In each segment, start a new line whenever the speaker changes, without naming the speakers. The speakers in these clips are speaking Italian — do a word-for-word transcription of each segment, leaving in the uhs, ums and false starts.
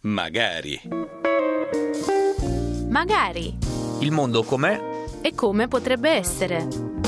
Magari.
Magari.
Il mondo com'è?
E come potrebbe essere.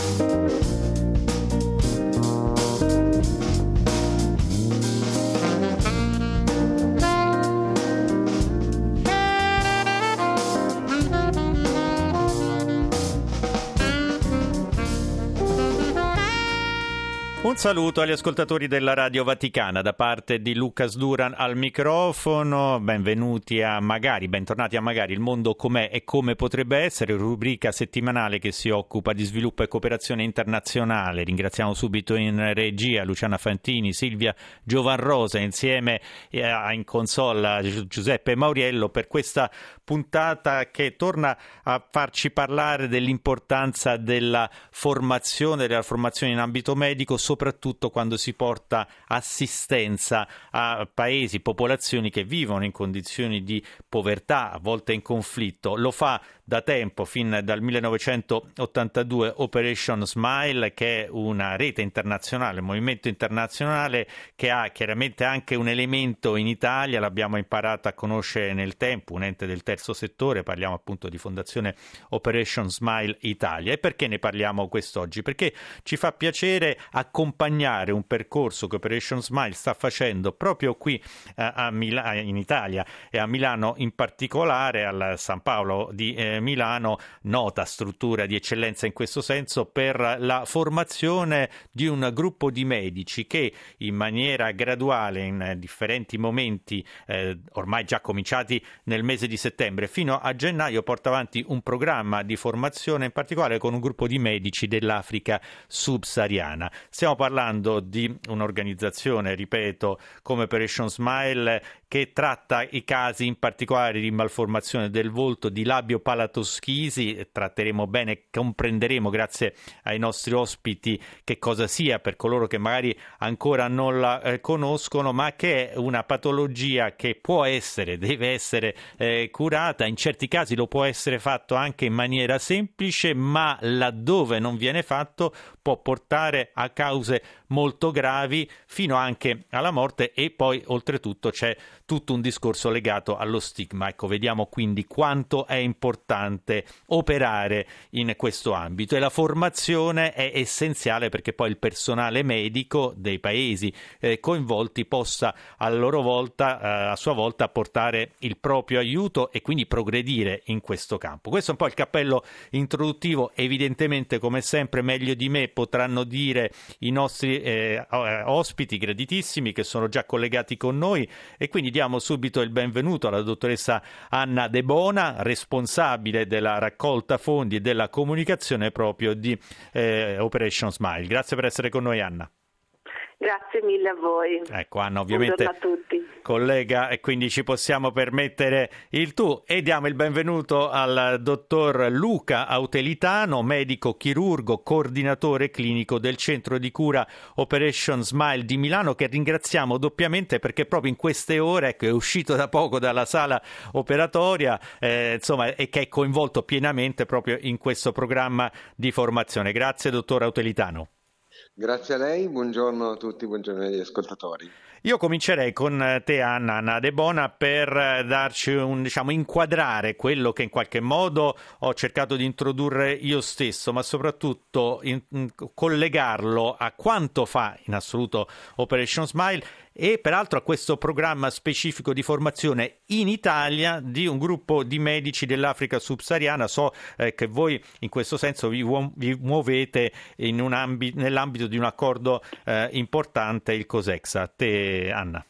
Un saluto agli ascoltatori della Radio Vaticana da parte di Lucas Duran al microfono. Benvenuti a Magari, bentornati a Magari, il mondo com'è e come potrebbe essere, rubrica settimanale che si occupa di sviluppo e cooperazione internazionale. Ringraziamo subito in regia Luciana Fantini, Silvia Giovanrosa, insieme a, in console a Giuseppe Mauriello per questa puntata che torna a farci parlare dell'importanza della formazione, della formazione in ambito medico, soprattutto quando si porta assistenza a paesi, popolazioni che vivono in condizioni di povertà, a volte in conflitto. Lo fa da tempo, fin dal millenovecentottantadue, Operation Smile, che è una rete internazionale, un movimento internazionale che ha chiaramente anche un elemento in Italia, l'abbiamo imparato a conoscere nel tempo, un ente del terzo settore, parliamo appunto di Fondazione Operation Smile Italia. E perché ne parliamo quest'oggi? Perché ci fa piacere accompagnare un percorso che Operation Smile sta facendo proprio qui eh, a Mil- in Italia e a Milano in particolare, al San Paolo di eh, Milano, nota struttura di eccellenza in questo senso, per la formazione di un gruppo di medici che in maniera graduale, in differenti momenti, eh, ormai già cominciati nel mese di settembre fino a gennaio, porta avanti un programma di formazione in particolare con un gruppo di medici dell'Africa subsahariana. Stiamo parlando di un'organizzazione, ripeto, come Operation Smile, che tratta i casi in particolare di malformazione del volto, di labio-palatoschisi. Tratteremo bene, comprenderemo grazie ai nostri ospiti che cosa sia per coloro che magari ancora non la eh, conoscono, ma che è una patologia che può essere, deve essere eh, curata. In certi casi lo può essere fatto anche in maniera semplice, ma laddove non viene fatto può portare a cause molto gravi fino anche alla morte, e poi oltretutto c'è tutto un discorso legato allo stigma. Ecco, vediamo quindi quanto è importante operare in questo ambito, e la formazione è essenziale perché poi il personale medico dei paesi eh, coinvolti possa a loro volta, eh, a sua volta, portare il proprio aiuto e quindi progredire in questo campo. Questo è un po' il cappello introduttivo. Evidentemente, come sempre, meglio di me potranno dire i nostri eh, ospiti graditissimi che sono già collegati con noi, e quindi diamo subito il benvenuto alla dottoressa Anna De Bona, responsabile della raccolta fondi e della comunicazione proprio di eh, Operation Smile. Grazie per essere con noi, Anna.
Grazie mille a voi.
Ecco, Anna, ovviamente
buongiorno a tutti,
collega, e quindi ci possiamo permettere il tu, e diamo il benvenuto al dottor Luca Autelitano, medico chirurgo, coordinatore clinico del centro di cura Operation Smile di Milano, che ringraziamo doppiamente perché proprio in queste ore, ecco, è uscito da poco dalla sala operatoria, eh, insomma, e che è coinvolto pienamente proprio in questo programma di formazione. Grazie, dottor Autelitano.
Grazie a lei, buongiorno a tutti, buongiorno agli ascoltatori.
Io comincerei con te, Anna, Anna De Bona, per darci un, diciamo, inquadrare quello che in qualche modo ho cercato di introdurre io stesso, ma soprattutto in, in, collegarlo a quanto fa in assoluto Operation Smile, e peraltro a questo programma specifico di formazione in Italia di un gruppo di medici dell'Africa subsahariana. So eh, che voi in questo senso vi, vi muovete in un ambi- nell'ambito di un accordo eh, importante, il COSEXA. Te, Anna.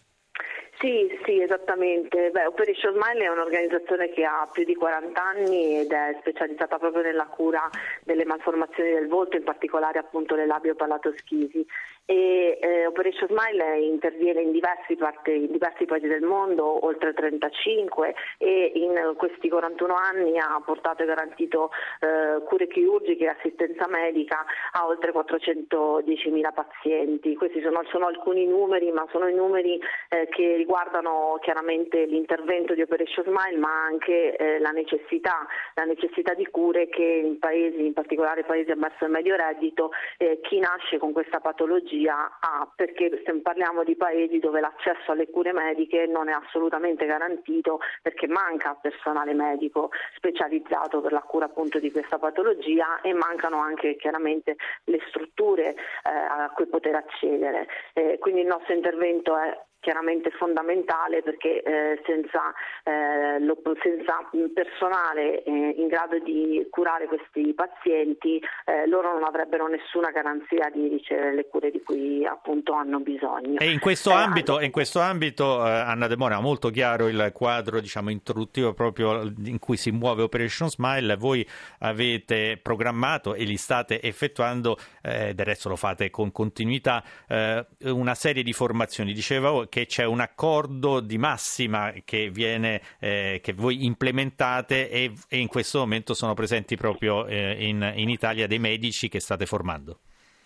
Sì, sì, esattamente. Beh, Operation Smile è un'organizzazione che ha più di quaranta anni ed è specializzata proprio nella cura delle malformazioni del volto, in particolare appunto le labio-palatoschisi. E eh, Operation Smile interviene in diversi, parte, in diversi paesi del mondo, oltre trentacinque, e in questi quarantuno anni ha portato e garantito eh, cure chirurgiche e assistenza medica a oltre quattrocentodiecimila pazienti. Questi sono, sono alcuni numeri, ma sono i numeri eh, che riguardano chiaramente l'intervento di Operation Smile, ma anche eh, la necessità, la necessità di cure che in paesi, in particolare paesi a basso e medio reddito, eh, chi nasce con questa patologia patologia ha, perché se parliamo di paesi dove l'accesso alle cure mediche non è assolutamente garantito perché manca personale medico specializzato per la cura appunto di questa patologia e mancano anche chiaramente le strutture eh, a cui poter accedere. Eh, quindi il nostro intervento è chiaramente fondamentale perché eh, senza, eh, lo, senza personale eh, in grado di curare questi pazienti eh, loro non avrebbero nessuna garanzia di ricevere le cure di cui appunto hanno bisogno.
E in questo
eh,
ambito,
anche...
in questo ambito eh, Anna De Mona, molto chiaro il quadro diciamo introduttivo proprio in cui si muove Operation Smile. Voi avete programmato e li state effettuando, eh, del resto lo fate con continuità, eh, una serie di formazioni. Diceva che c'è un accordo di massima che viene eh, che voi implementate e, e in questo momento sono presenti proprio eh, in, in Italia dei medici che state formando.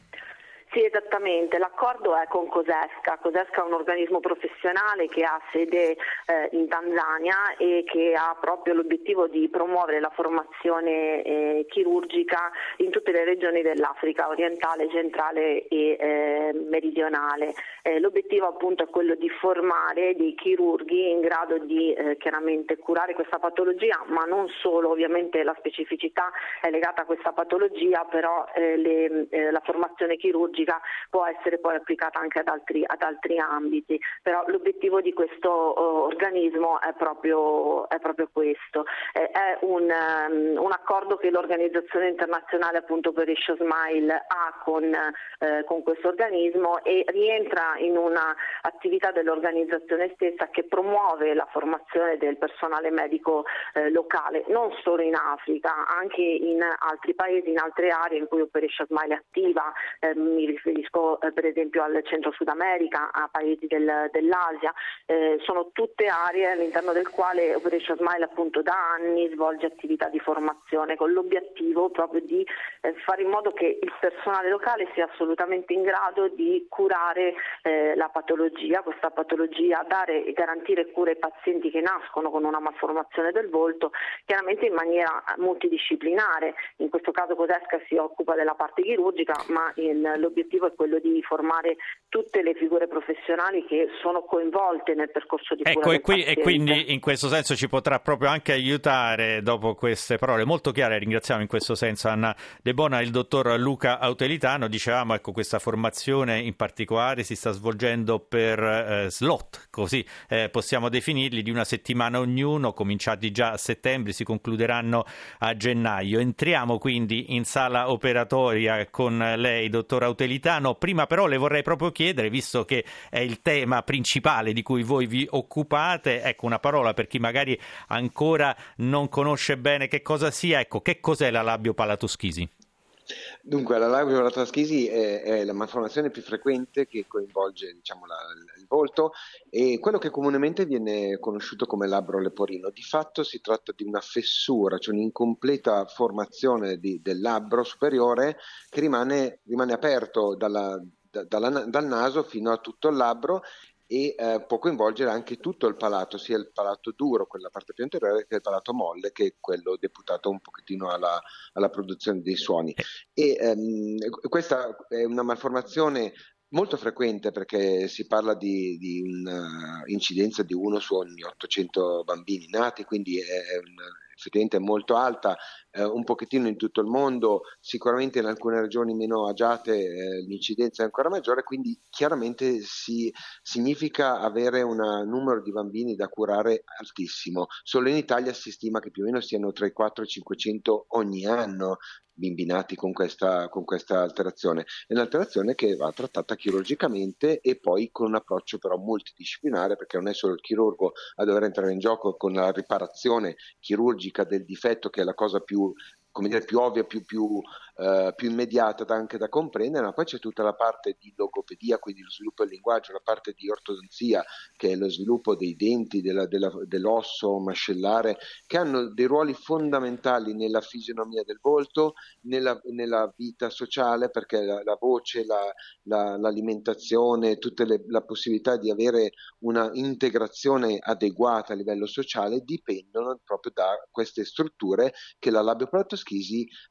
Sì, esattamente. L'accordo è con Cosesca. Cosesca è un organismo professionale che ha sede eh, in Tanzania e che ha proprio l'obiettivo di promuovere la formazione eh, chirurgica in tutte le regioni dell'Africa orientale, centrale e eh, meridionale. Eh, l'obiettivo appunto è quello di formare dei chirurghi in grado di eh, chiaramente curare questa patologia, ma non solo, ovviamente la specificità è legata a questa patologia, però eh, le, eh, la formazione chirurgica può essere poi applicata anche ad altri, ad altri ambiti, però l'obiettivo di questo uh, organismo è proprio, è proprio questo. Eh, è un, um, un accordo che l'Organizzazione Internazionale appunto Operation Smile ha con, eh, con questo organismo e rientra in una attività dell'organizzazione stessa che promuove la formazione del personale medico eh, locale, non solo in Africa, anche in altri paesi, in altre aree in cui Operation Smile è attiva. Eh, mi riferisco eh, per esempio al Centro Sud America, a paesi del, dell'Asia, eh, sono tutte aree all'interno del quale Operation Smile appunto da anni svolge attività di formazione con l'obiettivo proprio di eh, fare in modo che il personale locale sia assolutamente in grado di curare eh, la patologia, questa patologia, dare e garantire cure ai pazienti che nascono con una malformazione del volto, chiaramente in maniera multidisciplinare. In questo caso Cosesca si occupa della parte chirurgica, ma il, l'obiettivo è quello di formare tutte le figure professionali che sono coinvolte nel percorso di
ecco,
cura
e, qui,
del
e quindi in questo senso ci potrà proprio anche aiutare, dopo queste parole molto chiare, ringraziamo in questo senso Anna De Mona, il dottor Luca Autelitano. Dicevamo, ecco, questa formazione in particolare si sta svolgendo per eh, slot, così eh, possiamo definirli, di una settimana ognuno, cominciati già a settembre, si concluderanno a gennaio. Entriamo quindi in sala operatoria con lei, dottor Autelitano. Prima però le vorrei proprio chiedere, visto che è il tema principale di cui voi vi occupate, ecco, una parola per chi magari ancora non conosce bene che cosa sia, ecco, che cos'è la labiopalatoschisi?
Dunque, la labiopalatoschisi è, è la malformazione più frequente che coinvolge, diciamo, la, il volto e quello che comunemente viene conosciuto come labbro leporino. Di fatto si tratta di una fessura, cioè un'incompleta formazione di, del labbro superiore che rimane, rimane aperto dalla, da, dalla, dal naso fino a tutto il labbro e eh, può coinvolgere anche tutto il palato, sia il palato duro, quella parte più anteriore, che il palato molle, che è quello deputato un pochettino alla, alla produzione dei suoni. E ehm, questa è una malformazione molto frequente perché si parla di, di un'incidenza di uno su ogni ottocento bambini nati, quindi è un effettivamente molto alta, eh, un pochettino in tutto il mondo, sicuramente in alcune regioni meno agiate eh, l'incidenza è ancora maggiore, quindi chiaramente si significa avere un numero di bambini da curare altissimo. Solo in Italia si stima che più o meno siano tra i quattrocento e i cinquecento ogni anno bimbi nati con questa, con questa alterazione. È un'alterazione che va trattata chirurgicamente e poi con un approccio però multidisciplinare, perché non è solo il chirurgo a dover entrare in gioco con la riparazione chirurgica del difetto, che è la cosa più, come dire, più ovvia, più, più, uh, più immediata da, anche da comprendere, ma poi c'è tutta la parte di logopedia, quindi lo sviluppo del linguaggio, la parte di ortodonzia, che è lo sviluppo dei denti, della, della, dell'osso mascellare, che hanno dei ruoli fondamentali nella fisionomia del volto, nella, nella vita sociale, perché la, la voce, la, la, l'alimentazione, tutta le, la possibilità di avere una integrazione adeguata a livello sociale dipendono proprio da queste strutture che la labiopalatoschisi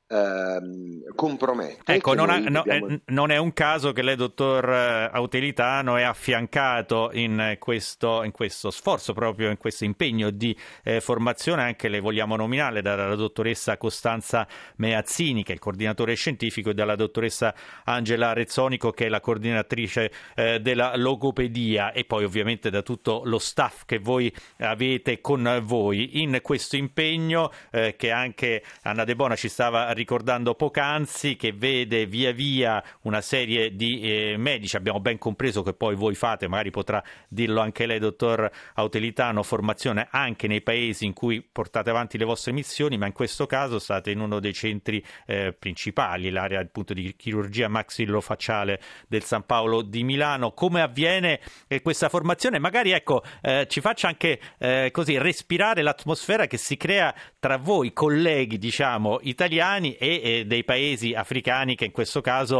Ehm, compromette.
Ecco, non, ha, no,
dobbiamo...
eh, non è un caso che lei, dottor Autelitano, è affiancato in questo, in questo sforzo, proprio in questo impegno di eh, formazione, anche le vogliamo nominare, dalla dottoressa Costanza Meazzini, che è il coordinatore scientifico, e dalla dottoressa Angela Rezzonico, che è la coordinatrice eh, della logopedia, e poi ovviamente da tutto lo staff che voi avete con voi in questo impegno eh, che anche Anna De Bona ci stava ricordando poc'anzi, che vede via via una serie di eh, medici. Abbiamo ben compreso che poi voi fate, magari potrà dirlo anche lei, dottor Autelitano, formazione anche nei paesi in cui portate avanti le vostre missioni, ma in questo caso state in uno dei centri eh, principali, l'area appunto di chirurgia maxillofacciale del San Paolo di Milano. Come avviene eh, questa formazione? Magari ecco eh, ci faccia anche eh, così respirare l'atmosfera che si crea tra voi colleghi, diciamo, italiani e, e dei paesi africani che in questo caso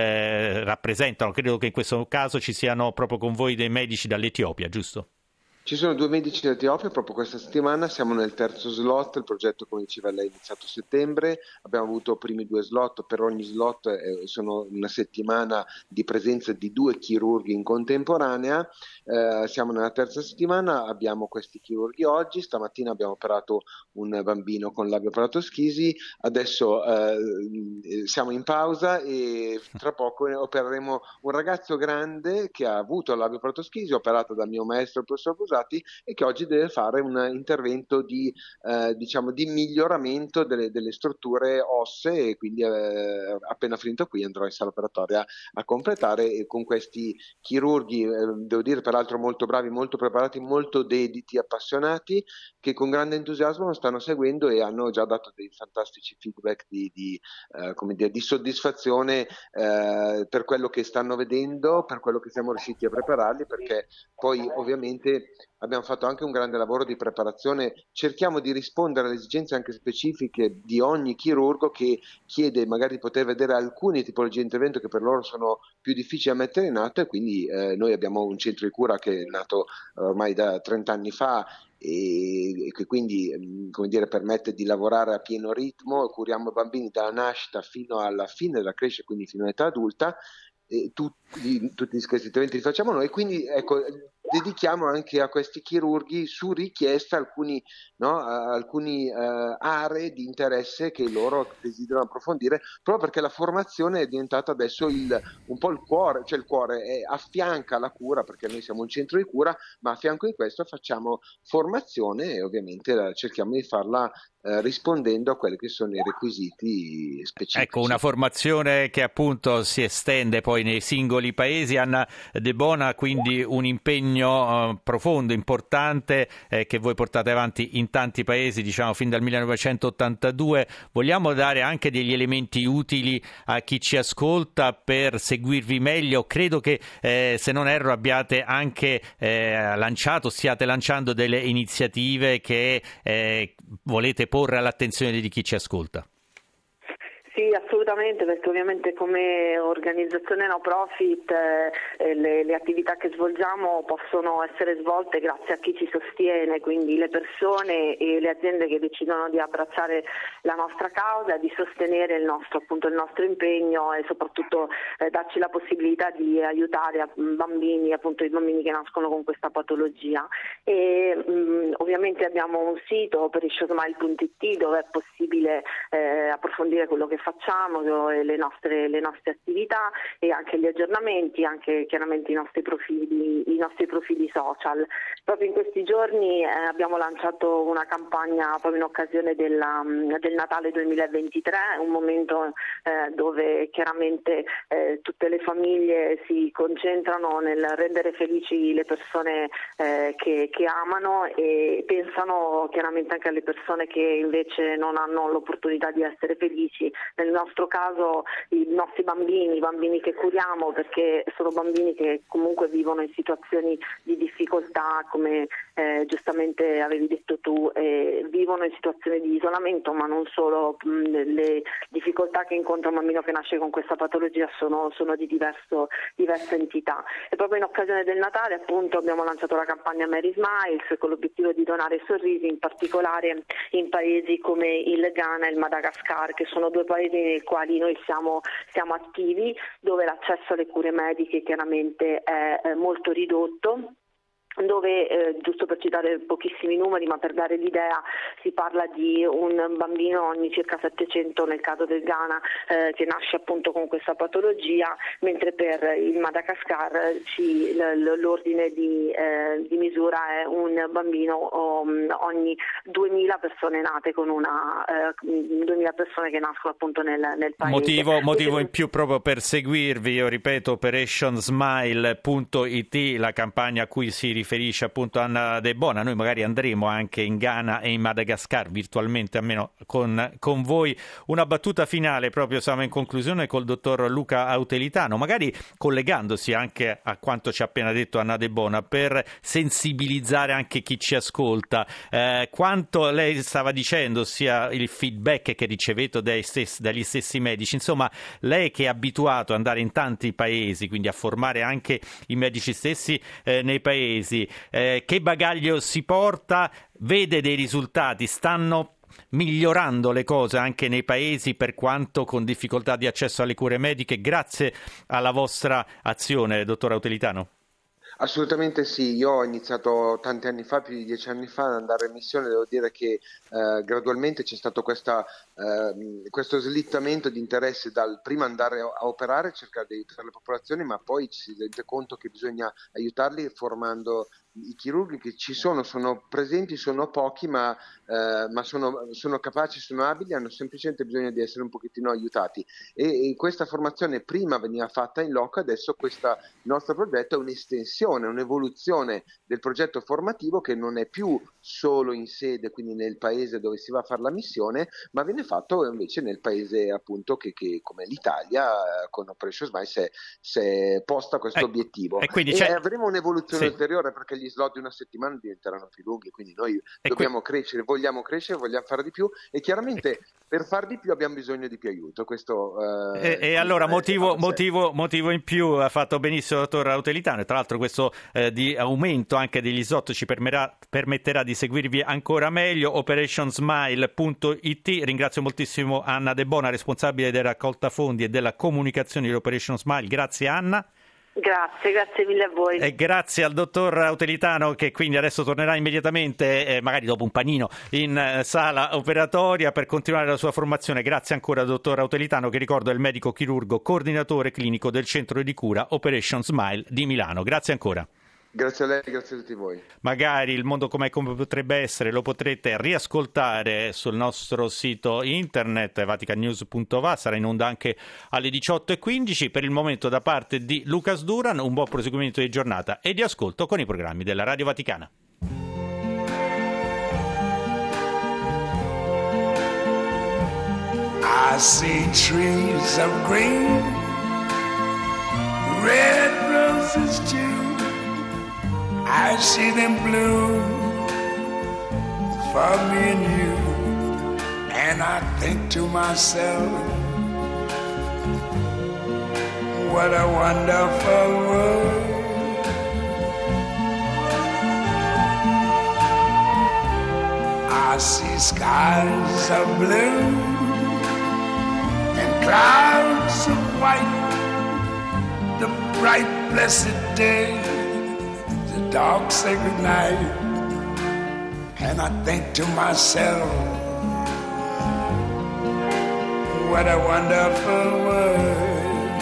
eh, rappresentano. Credo che in questo caso ci siano proprio con voi dei medici dall'Etiopia, giusto?
Ci sono due medici d'Etiopia proprio questa settimana, siamo nel terzo slot, il progetto, come diceva lei, è iniziato a settembre, abbiamo avuto i primi due slot, per ogni slot eh, sono una settimana di presenza di due chirurghi in contemporanea, eh, siamo nella terza settimana, abbiamo questi chirurghi oggi, stamattina abbiamo operato un bambino con labio paratoschisi, adesso eh, siamo in pausa e tra poco opereremo un ragazzo grande che ha avuto labio paratoschisi, operato dal mio maestro, il professor Busati, e che oggi deve fare un intervento di, eh, diciamo, di miglioramento delle, delle strutture ossee, e quindi eh, appena finito qui andrò in sala operatoria a completare, e con questi chirurghi, eh, devo dire peraltro molto bravi, molto preparati, molto dediti, appassionati, che con grande entusiasmo lo stanno seguendo e hanno già dato dei fantastici feedback di, di, eh, come dire, di soddisfazione eh, per quello che stanno vedendo, per quello che siamo riusciti a prepararli, perché poi ovviamente abbiamo fatto anche un grande lavoro di preparazione, cerchiamo di rispondere alle esigenze anche specifiche di ogni chirurgo che chiede magari di poter vedere alcune tipologie di intervento che per loro sono più difficili da mettere in atto, e quindi eh, noi abbiamo un centro di cura che è nato ormai da trenta anni fa e che quindi, come dire, permette di lavorare a pieno ritmo. Curiamo bambini dalla nascita fino alla fine della crescita, quindi fino all'età adulta, e tutti, tutti questi interventi li facciamo noi, quindi ecco, dedichiamo anche a questi chirurghi su richiesta alcuni, no, alcuni uh, aree di interesse che loro desiderano approfondire, proprio perché la formazione è diventata adesso il, un po' il cuore, cioè il cuore è, affianca la cura, perché noi siamo un centro di cura, ma a fianco di questo facciamo formazione e ovviamente la, cerchiamo di farla eh, rispondendo a quelli che sono i requisiti specifici.
Ecco, una formazione che appunto si estende poi nei singoli paesi. Anna De Bona, quindi un impegno uh, profondo, importante, eh, che voi portate avanti in tanti paesi, diciamo fin dal millenovecentottantadue. Vogliamo dare anche degli elementi utili a chi ci ascolta per seguirvi meglio? Credo che, eh, se non erro, abbiate anche eh, lanciato, stiate lanciando delle iniziative che eh, volete porre all'attenzione di chi ci ascolta.
Sì, assolutamente, perché ovviamente come organizzazione no profit eh, le, le attività che svolgiamo possono essere svolte grazie a chi ci sostiene, quindi le persone e le aziende che decidono di abbracciare la nostra causa, di sostenere il nostro, appunto, il nostro impegno e soprattutto eh, darci la possibilità di aiutare a bambini, appunto i bambini che nascono con questa patologia. E mh, ovviamente abbiamo un sito, perishosmile punto it, dove è possibile eh, approfondire quello che facciamo, le nostre, le nostre attività e anche gli aggiornamenti, anche chiaramente i nostri profili, i nostri profili social. Proprio in questi giorni eh, abbiamo lanciato una campagna proprio in occasione della, del Natale duemilaventitré, un momento eh, dove chiaramente eh, tutte le famiglie si concentrano nel rendere felici le persone eh, che, che amano e pensano chiaramente anche alle persone che invece non hanno l'opportunità di essere felici. Nel nostro caso i nostri bambini, i bambini che curiamo, perché sono bambini che comunque vivono in situazioni di difficoltà come eh, giustamente avevi detto tu, eh, vivono in situazioni di isolamento, ma non solo. Mh, le difficoltà che incontra un bambino che nasce con questa patologia sono, sono di diverso, diverse entità. E proprio in occasione del Natale appunto abbiamo lanciato la campagna Mary Smiles con l'obiettivo di donare sorrisi, in particolare in paesi come il Ghana e il Madagascar, che sono due paesi nei quali noi siamo, siamo attivi, dove l'accesso alle cure mediche chiaramente è, è molto ridotto, dove, eh, giusto per citare pochissimi numeri, ma per dare l'idea, si parla di un bambino ogni circa settecento nel caso del Ghana eh, che nasce appunto con questa patologia, mentre per il Madagascar ci, l- l'ordine di, eh, di misura è un bambino um, ogni duemila persone nate con una eh, duemila persone che nascono appunto nel, nel paese.
Motivo, motivo in più proprio per seguirvi, io ripeto, operation smile punto it, la campagna a cui si riferisce appunto Anna De Bona. Noi magari andremo anche in Ghana e in Madagascar virtualmente, almeno con, con voi. Una battuta finale, proprio siamo in conclusione, col dottor Luca Autelitano, magari collegandosi anche a quanto ci ha appena detto Anna De Bona, per sensibilizzare anche chi ci ascolta. Eh, quanto lei stava dicendo, sia il feedback che ricevete dai stessi, dagli stessi medici, insomma, lei che è abituato ad andare in tanti paesi, quindi a formare anche i medici stessi eh, nei paesi, Eh, che bagaglio si porta? Vede dei risultati? Stanno migliorando le cose anche nei paesi, per quanto con difficoltà di accesso alle cure mediche, grazie alla vostra azione, dottor Autelitano?
Assolutamente sì, io ho iniziato tanti anni fa, più di dieci anni fa, ad andare in missione. Devo dire che eh, gradualmente c'è stato questa, eh, questo slittamento di interesse dal prima andare a operare, cercare di aiutare le popolazioni, ma poi ci si rende conto che bisogna aiutarli formando i chirurghi che ci sono, sono presenti, sono pochi, ma, eh, ma sono, sono capaci, sono abili, hanno semplicemente bisogno di essere un pochettino aiutati. E, e questa formazione prima veniva fatta in loco, adesso questo nostro progetto è un'estensione, un'evoluzione del progetto formativo, che non è più solo in sede, quindi nel paese dove si va a fare la missione, ma viene fatto invece nel paese appunto che, che come l'Italia, eh, con Operation Smile si è, si è posta questo
eh,
obiettivo.
E, quindi
e
c'è...
avremo un'evoluzione
sì.
ulteriore, perché gli slot di una settimana diventeranno più lunghi, quindi noi e dobbiamo que... crescere, vogliamo crescere, vogliamo fare di più, e chiaramente per far di più abbiamo bisogno di più aiuto. Questo,
eh, e, e allora motivo, motivo, motivo in più, ha fatto benissimo il dottor Autelitano, e tra l'altro questo eh, di aumento anche degli slot ci permetterà, permetterà di seguirvi ancora meglio. operation smile punto it. Ringrazio moltissimo Anna De Bona, responsabile della raccolta fondi e della comunicazione di Operation Smile. Grazie Anna.
Grazie, grazie mille a voi.
E grazie al dottor Autelitano, che quindi adesso tornerà immediatamente, eh, magari dopo un panino, in eh, sala operatoria per continuare la sua formazione. Grazie ancora al dottor Autelitano, che ricordo è il medico chirurgo coordinatore clinico del centro di cura Operation Smile di Milano. Grazie ancora.
Grazie a lei, grazie a tutti voi.
Magari il mondo com'è, come potrebbe essere, lo potrete riascoltare sul nostro sito internet vatican news punto va, sarà in onda anche alle diciotto e quindici. Per il momento, da parte di Lucas Duran, un buon proseguimento di giornata e di ascolto con i programmi della Radio Vaticana.
I see trees of green, red roses too. I see them bloom for me and you, and I think to myself, what a wonderful world. I see skies of blue and clouds of white, the bright blessed day, dark sacred night, and I think to myself, what a wonderful world.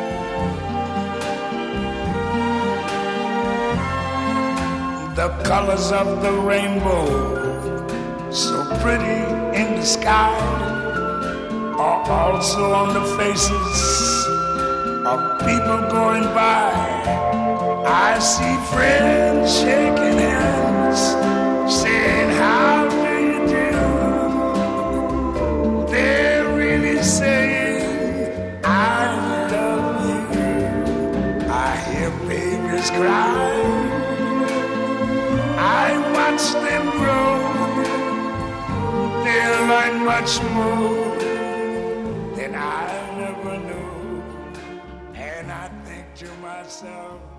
The colors of the rainbow, so pretty in the sky, are also on the faces of people going by. I see friends shaking hands, saying, how do you do? They're really saying, I love you. I hear babies cry, I watch them grow, they'll learn much more than I never knew. And I think to myself,